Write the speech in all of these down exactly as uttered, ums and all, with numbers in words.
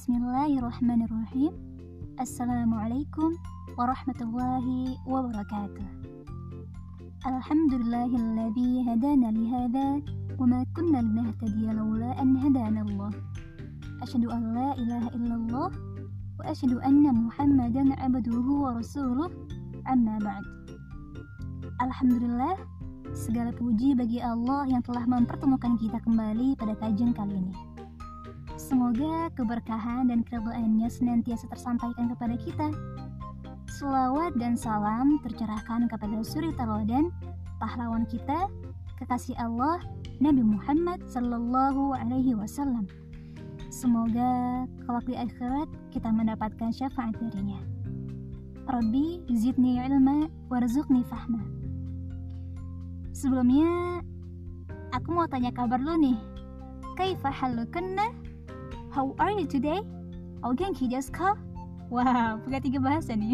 Bismillahirrahmanirrahim. Assalamualaikum warahmatullahi wabarakatuh. Alhamdulillahilladzi hadana lihada wa ma kunna linahtadiya laula an hadana Allah. Asyhadu an la ilaha illallah wa asyhadu anna Muhammadan abduhu wa rasuluh. Amma ba'd. Alhamdulillah, segala puji bagi Allah yang telah mempertemukan kita kembali pada kajian kali ini. Semoga keberkahan dan keridhaannya senantiasa tersampaikan kepada kita. Selawat dan salam tercurahkan kepada suri tauladan, pahlawan kita, kekasih Allah, Nabi Muhammad sallallahu alaihi wasallam. Semoga kelak di akhirat kita mendapatkan syafaat darinya. Rabbi zidni ilma warzuqni fahma. Sebelumnya, aku mau tanya kabar lu nih. Kaifa halukunna? How are you today? Ogenki desu ka? Wow, punya tiga bahasa nih.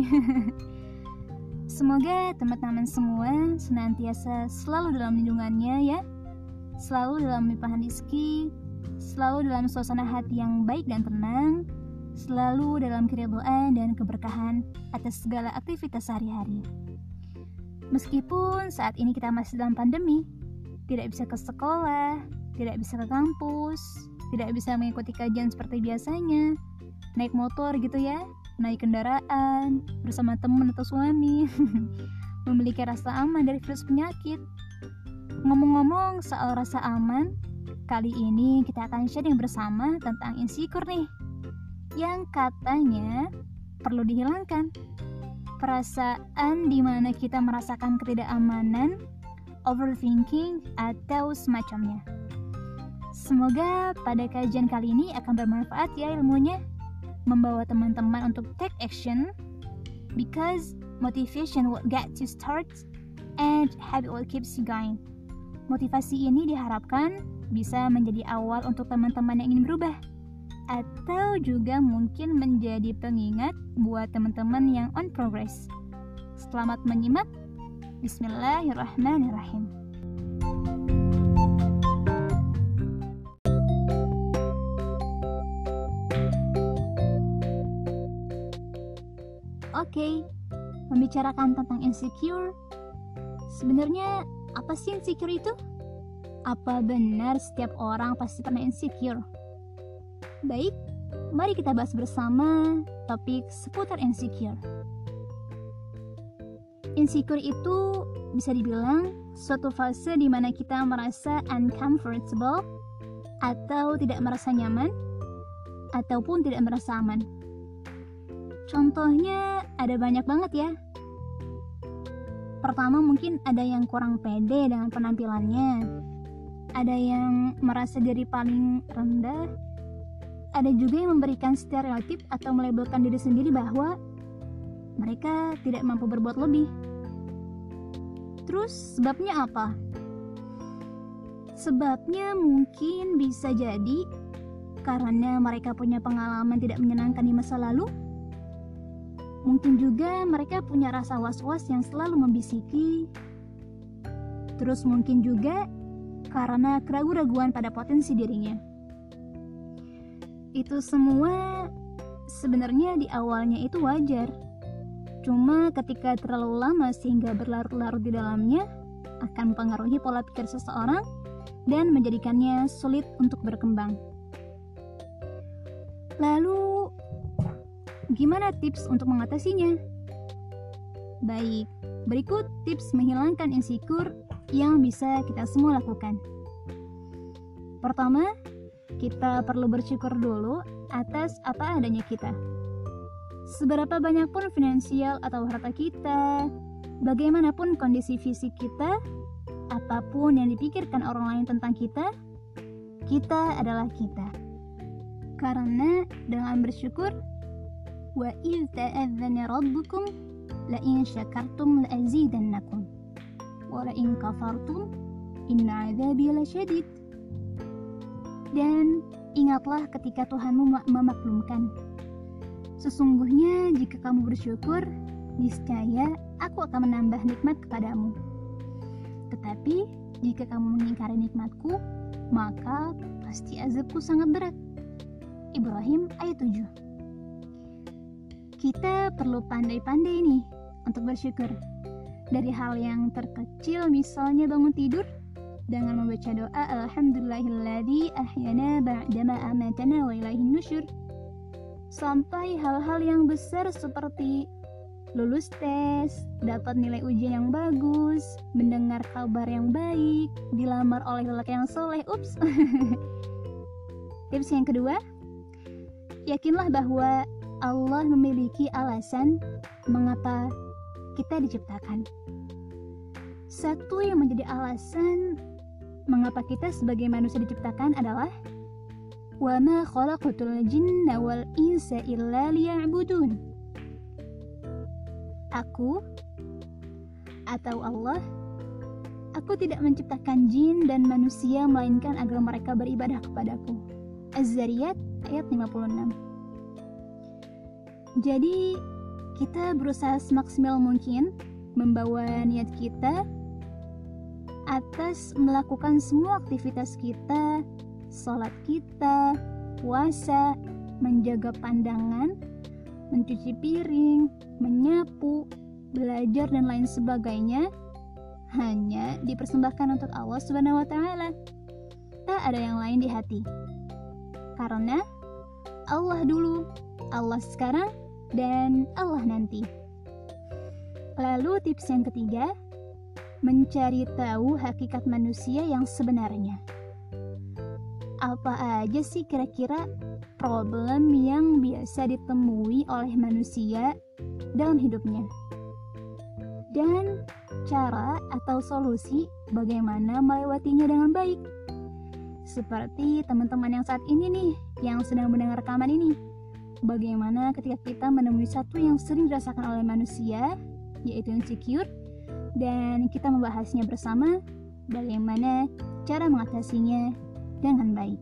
Semoga teman-teman semua senantiasa selalu dalam lindungannya ya. Selalu dalam limpahan rezeki, selalu dalam suasana hati yang baik dan tenang, selalu dalam keridhaan dan keberkahan atas segala aktivitas sehari-hari. Meskipun saat ini kita masih dalam pandemi, tidak bisa ke sekolah, tidak bisa ke kampus, tidak bisa mengikuti kajian seperti biasanya, naik motor gitu ya, naik kendaraan bersama teman atau suami, memiliki rasa aman dari virus penyakit. Ngomong-ngomong soal rasa aman, kali ini kita akan sharing bersama tentang insecure nih, yang katanya perlu dihilangkan. Perasaan di mana kita merasakan ketidakamanan, overthinking, atau semacamnya. Semoga pada kajian kali ini akan bermanfaat ya ilmunya, membawa teman-teman untuk take action, because motivation will get you start and habit will keep you going. Motivasi ini diharapkan bisa menjadi awal untuk teman-teman yang ingin berubah, atau juga mungkin menjadi pengingat buat teman-teman yang on progress. Selamat menyimak. Bismillahirrahmanirrahim. Oke, okay, membicarakan tentang insecure. Sebenarnya apa sih insecure itu? Apa benar setiap orang pasti pernah insecure? Baik, mari kita bahas bersama topik seputar insecure. Insecure itu bisa dibilang suatu fase di mana kita merasa uncomfortable atau tidak merasa nyaman ataupun tidak merasa aman. Contohnya ada banyak banget ya. Pertama mungkin ada yang kurang pede dengan penampilannya, ada yang merasa diri paling rendah, ada juga yang memberikan stereotip atau melabelkan diri sendiri bahwa mereka tidak mampu berbuat lebih. Terus sebabnya apa? Sebabnya mungkin bisa jadi karena mereka punya pengalaman tidak menyenangkan di masa lalu. Mungkin juga mereka punya rasa was-was yang selalu membisiki. Terus mungkin juga karena keraguan-raguan pada potensi dirinya. Itu semua sebenarnya di awalnya itu wajar. Cuma ketika terlalu lama sehingga berlarut-larut di dalamnya akan mempengaruhi pola pikir seseorang dan menjadikannya sulit untuk berkembang. Lalu gimana tips untuk mengatasinya? Baik, berikut tips menghilangkan insecure yang bisa kita semua lakukan. Pertama, kita perlu bersyukur dulu atas apa adanya kita. Seberapa banyak pun finansial atau harta kita, bagaimanapun kondisi fisik kita, apapun yang dipikirkan orang lain tentang kita, kita adalah kita. Karena dengan bersyukur, wa idz ta'adzana rabbukum la in syakartum la azidannakum wa la in kafartum inna 'adzabi lasyadid. Dan ingatlah ketika Tuhanmu memaklumkan, sesungguhnya jika kamu bersyukur, niscaya aku akan menambah nikmat kepadamu. Tetapi jika kamu mengingkari nikmatku, maka pasti azabku sangat berat. Ibrahim ayat tujuh. Kita perlu pandai-pandai nih untuk bersyukur. Dari hal yang terkecil, misalnya bangun tidur dengan membaca doa Alhamdulillahilladzi ahyana ba'dama amatana wa ilaihin nusyur, sampai hal-hal yang besar seperti lulus tes, dapat nilai ujian yang bagus, mendengar kabar yang baik, dilamar oleh lelaki yang soleh. Ups. Tips yang kedua, yakinlah bahwa Allah memiliki alasan mengapa kita diciptakan. Satu yang menjadi alasan mengapa kita sebagai manusia diciptakan adalah wa ma khalaqatul jinna wal insa illa liya'budun. Aku atau Allah, aku tidak menciptakan jin dan manusia melainkan agar mereka beribadah kepadaku. Az-Zariyat ayat lima puluh enam. Jadi kita berusaha semaksimal mungkin membawa niat kita atas melakukan semua aktivitas kita, sholat kita, puasa, menjaga pandangan, mencuci piring, menyapu, belajar dan lain sebagainya hanya dipersembahkan untuk Allah Subhanahu wa taala. Tak ada yang lain di hati. Karena Allah dulu, Allah sekarang, dan Allah nanti. Lalu tips yang ketiga, mencari tahu hakikat manusia yang sebenarnya. Apa aja sih kira-kira problem yang biasa ditemui oleh manusia dalam hidupnya, dan cara atau solusi bagaimana melewatinya dengan baik. Seperti teman-teman yang saat ini nih, yang sedang mendengar rekaman ini, bagaimana ketika kita menemui satu yang sering dirasakan oleh manusia, yaitu insecure, dan kita membahasnya bersama bagaimana cara mengatasinya dengan baik.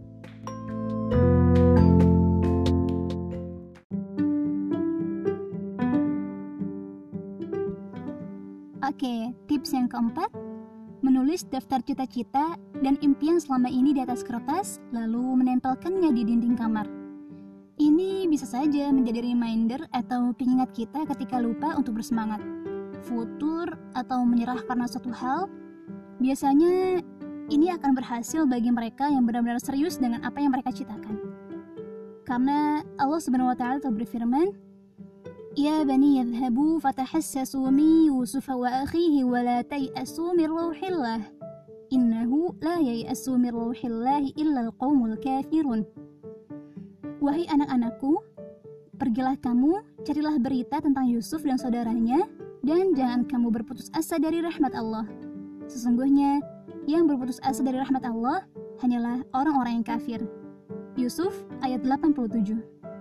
Oke, tips yang keempat, menulis daftar cita-cita dan impian selama ini di atas kertas, lalu menempelkannya di dinding kamar. Ini bisa saja menjadi reminder atau pengingat kita ketika lupa untuk bersemangat, futur, atau menyerah karena suatu hal. Biasanya ini akan berhasil bagi mereka yang benar-benar serius dengan apa yang mereka citakan. Karena Allah Subhanahu wa taala telah berfirman, "Ya bani yadhhabu fatahassasu min Yusuf wa akhihi wa la tay'asu min rauhillah. Innahu la yay'asu min rauhillah illa al-qaumul kafirun." Wahai anak-anakku, pergilah kamu, carilah berita tentang Yusuf dan saudaranya, dan jangan kamu berputus asa dari rahmat Allah. Sesungguhnya yang berputus asa dari rahmat Allah hanyalah orang-orang yang kafir. Yusuf ayat delapan puluh tujuh.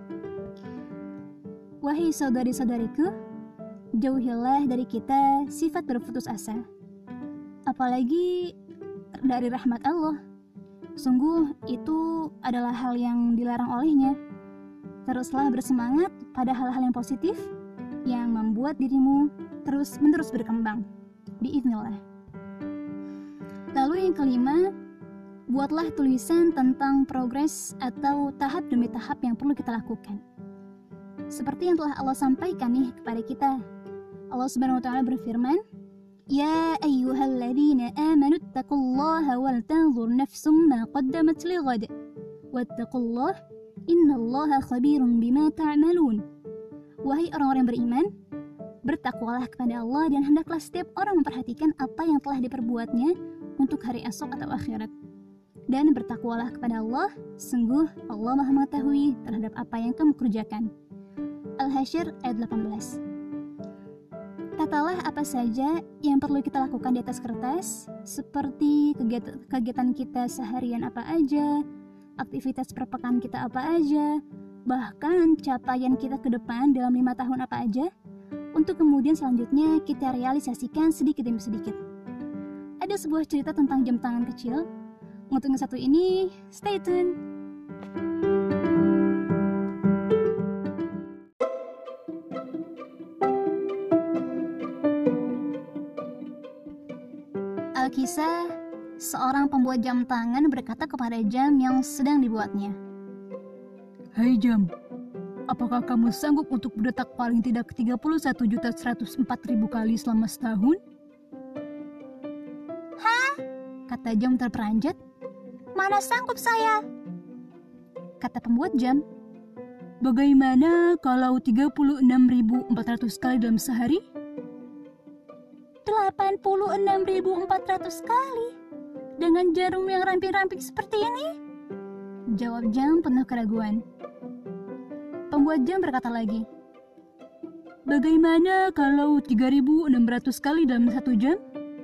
Wahai saudari-saudariku, jauhilah dari kita sifat berputus asa, apalagi dari rahmat Allah. Sungguh itu adalah hal yang dilarang olehnya. Teruslah bersemangat pada hal-hal yang positif yang membuat dirimu terus-menerus berkembang. Biiznillah. Lalu yang kelima, buatlah tulisan tentang progres atau tahap demi tahap yang perlu kita lakukan. Seperti yang telah Allah sampaikan nih kepada kita. Allah Subhanahu wa taala berfirman, "Ya ayyuhalladzina amanu taqullaha wal tanzur nafsum ma qaddamat lighad. Wattaqullaha innallaha khabirun bima ta'malun." Wahai orang-orang beriman, bertakwalah kepada Allah dan hendaklah setiap orang memperhatikan apa yang telah diperbuatnya untuk hari esok atau akhirat. Dan bertakwalah kepada Allah, sungguh Allah Maha mengetahui terhadap apa yang kamu kerjakan. Al-Hasyr ayat delapan belas. Tatalah apa saja yang perlu kita lakukan di atas kertas, seperti kegiatan, kegiatan kita seharian apa aja, aktivitas perpekan kita apa aja, bahkan capaian kita ke depan dalam lima tahun apa aja, untuk kemudian selanjutnya kita realisasikan sedikit demi sedikit. Ada sebuah cerita tentang jam tangan kecil. Untuk yang satu ini, stay tune. Alkisah, seorang pembuat jam tangan berkata kepada jam yang sedang dibuatnya, Hai jam, apakah kamu sanggup untuk berdetak paling tidak tiga puluh satu juta seratus empat ribu kali selama setahun? Hah? Kata jam terperanjat. Mana sanggup saya? Kata pembuat jam. Bagaimana kalau tiga puluh enam ribu empat ratus kali dalam sehari? delapan puluh enam ribu empat ratus kali? Dengan jarum yang ramping-ramping seperti ini? Jawab jam penuh keraguan. Pembuat jam berkata lagi. Bagaimana kalau tiga ribu enam ratus kali dalam satu jam?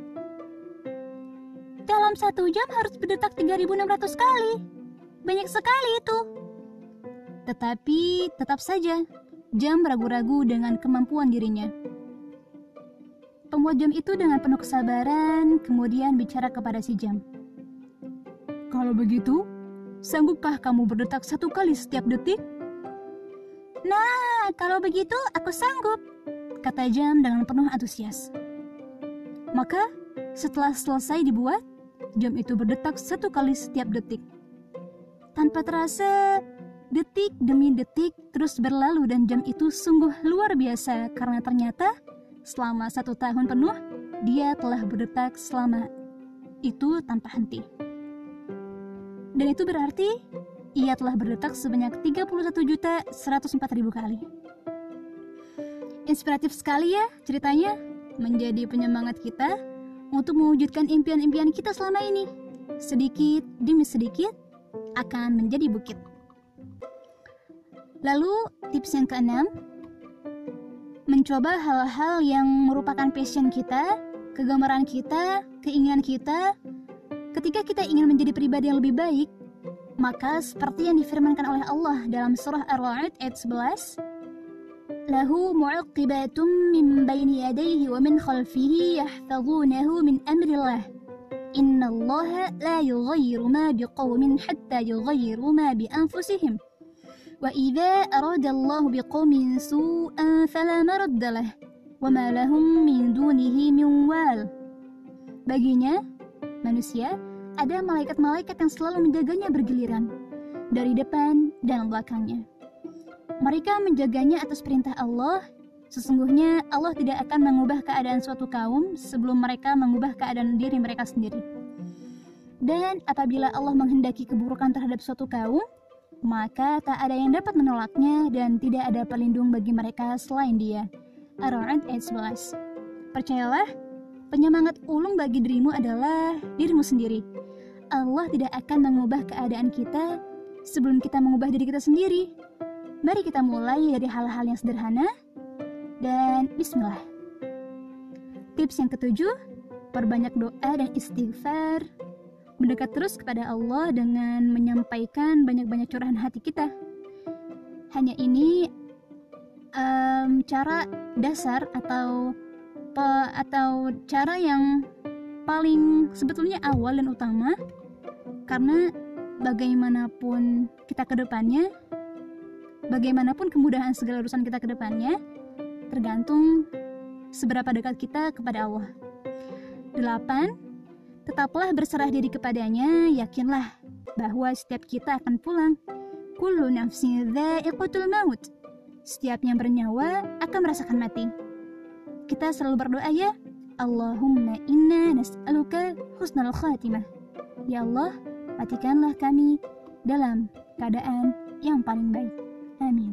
Dalam satu jam harus berdetak tiga ribu enam ratus kali. Banyak sekali itu. Tetapi tetap saja, jam ragu-ragu dengan kemampuan dirinya. Pembuat jam itu dengan penuh kesabaran kemudian bicara kepada si jam. Kalau begitu, sanggupkah kamu berdetak satu kali setiap detik? Nah, kalau begitu aku sanggup, kata jam dengan penuh antusias. Maka, setelah selesai dibuat, jam itu berdetak satu kali setiap detik. Tanpa terasa, detik demi detik terus berlalu dan jam itu sungguh luar biasa karena ternyata selama satu tahun penuh, dia telah berdetak selama itu tanpa henti. Dan itu berarti ia telah berdetak sebanyak tiga puluh satu juta seratus empat ribu kali. Inspiratif sekali ya ceritanya, menjadi penyemangat kita untuk mewujudkan impian-impian kita selama ini. Sedikit demi sedikit akan menjadi bukit. Lalu tips yang keenam, mencoba hal-hal yang merupakan passion kita, kegemaran kita, keinginan kita. Ketika kita ingin menjadi pribadi yang lebih baik, maka seperti yang difirmankan oleh Allah dalam surah Ar-Ra'd ayat sebelas, lahu mu'aqibatum min baini yadayhi wa min khalfihi yahfazunahu min amrillah. Innallaha la yughayyiru ma biqaumin hatta yughayyiru ma bi anfusihim. Wa idza aradallahu biqaumin su'an fala maradda lahu wa ma lahum min dunihi min wal. Baginya manusia, ada malaikat-malaikat yang selalu menjaganya bergiliran dari depan dan belakangnya. Mereka menjaganya atas perintah Allah. Sesungguhnya Allah tidak akan mengubah keadaan suatu kaum sebelum mereka mengubah keadaan diri mereka sendiri. Dan apabila Allah menghendaki keburukan terhadap suatu kaum, maka tak ada yang dapat menolaknya dan tidak ada pelindung bagi mereka selain Dia. Ar-Ra'd ayat sebelas. Percayalah, penyemangat ulung bagi dirimu adalah dirimu sendiri. Allah tidak akan mengubah keadaan kita sebelum kita mengubah diri kita sendiri. Mari kita mulai dari hal-hal yang sederhana dan bismillah. Tips yang ketujuh, perbanyak doa dan istighfar. Mendekat terus kepada Allah dengan menyampaikan banyak-banyak curahan hati kita. Hanya ini um, cara dasar atau pe, atau cara yang paling sebetulnya awal dan utama, karena bagaimanapun kita ke depannya, bagaimanapun kemudahan segala urusan kita ke depannya, tergantung seberapa dekat kita kepada Allah. Delapan, tetaplah berserah diri kepadanya, yakinlah bahwa setiap kita akan pulang. Kullu nafsin dha'iqatul maut. Setiap yang bernyawa akan merasakan mati. Kita selalu berdoa ya, Allahumma inna nas'aluka husnal khatimah. Ya Allah, matikanlah kami dalam keadaan yang paling baik. Amin.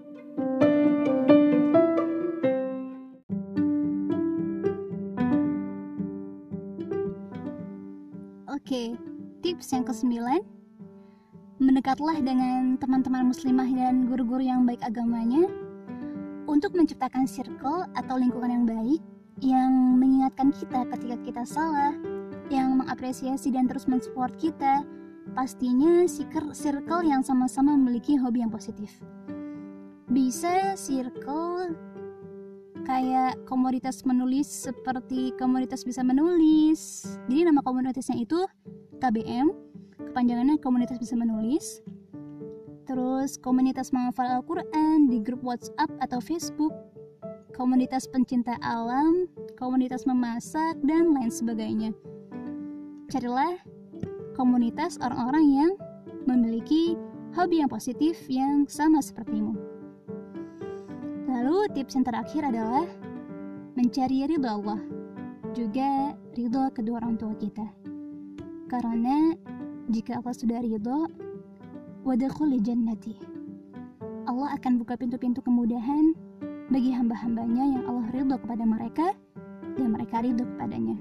Oke, tips yang kesembilan, mendekatlah dengan teman-teman muslimah dan guru-guru yang baik agamanya untuk menciptakan circle atau lingkungan yang baik yang mengingatkan kita ketika kita salah, yang mengapresiasi dan terus mensupport kita. Pastinya circle yang sama-sama memiliki hobi yang positif. Bisa circle kayak komunitas menulis seperti komunitas bisa menulis. Jadi nama komunitasnya itu K B M, kepanjangannya komunitas bisa menulis. Terus komunitas menghafal Al-Quran di grup WhatsApp atau Facebook, komunitas pencinta alam, komunitas memasak, dan lain sebagainya. Carilah komunitas orang-orang yang memiliki hobi yang positif yang sama sepertimu. Lalu tips yang terakhir adalah mencari ridho Allah, juga ridho kedua orang tua kita. Karena jika Allah sudah ridho, wadkhuli jannati, Allah akan buka pintu-pintu kemudahan bagi hamba-hambanya yang Allah ridho kepada mereka dan mereka ridho kepadanya.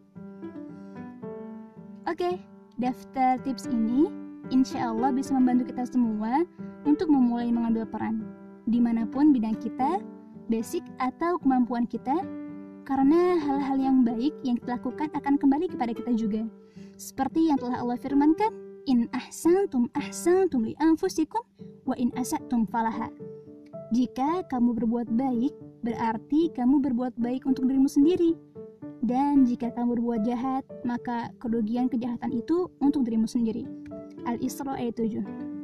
Oke, daftar tips ini insya Allah bisa membantu kita semua untuk memulai mengambil peran dimanapun bidang kita, basic atau kemampuan kita, karena hal-hal yang baik yang kita lakukan akan kembali kepada kita juga. Seperti yang telah Allah firmankan, in ahsantum ahsantum li anfusikum wa in asatum falaha. Jika kamu berbuat baik, berarti kamu berbuat baik untuk dirimu sendiri. Dan jika kamu berbuat jahat, maka kerugian kejahatan itu untuk dirimu sendiri. Al-Isra ayat tujuh.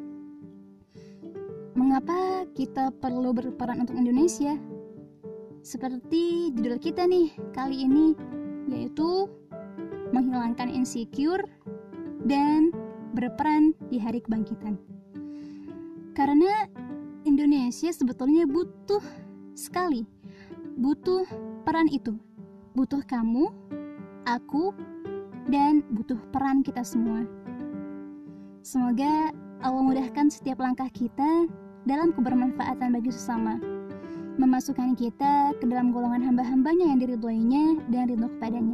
Mengapa kita perlu berperan untuk Indonesia? Seperti judul kita nih kali ini, yaitu menghilangkan insecure dan berperan di hari kebangkitan. Karena Indonesia sebetulnya butuh sekali, butuh peran itu. Butuh kamu, aku, dan butuh peran kita semua. Semoga Allah mudahkan setiap langkah kita dalam kebermanfaatan bagi sesama, memasukkan kita ke dalam golongan hamba-hambanya yang diridhoinya dan ridho kepadanya.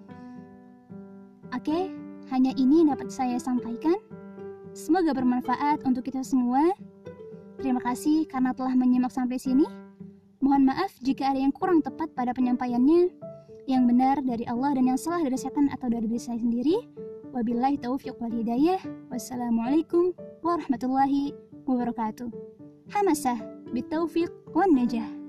Oke, hanya ini yang dapat saya sampaikan. Semoga bermanfaat untuk kita semua. Terima kasih karena telah menyimak sampai sini. Mohon maaf jika ada yang kurang tepat pada penyampaiannya. Yang benar dari Allah dan yang salah dari setan atau dari diri saya sendiri. Wabillahi taufiq wal hidayah. Wassalamualaikum warahmatullahi wabarakatuh. Hamasah bitaufiq wan najah.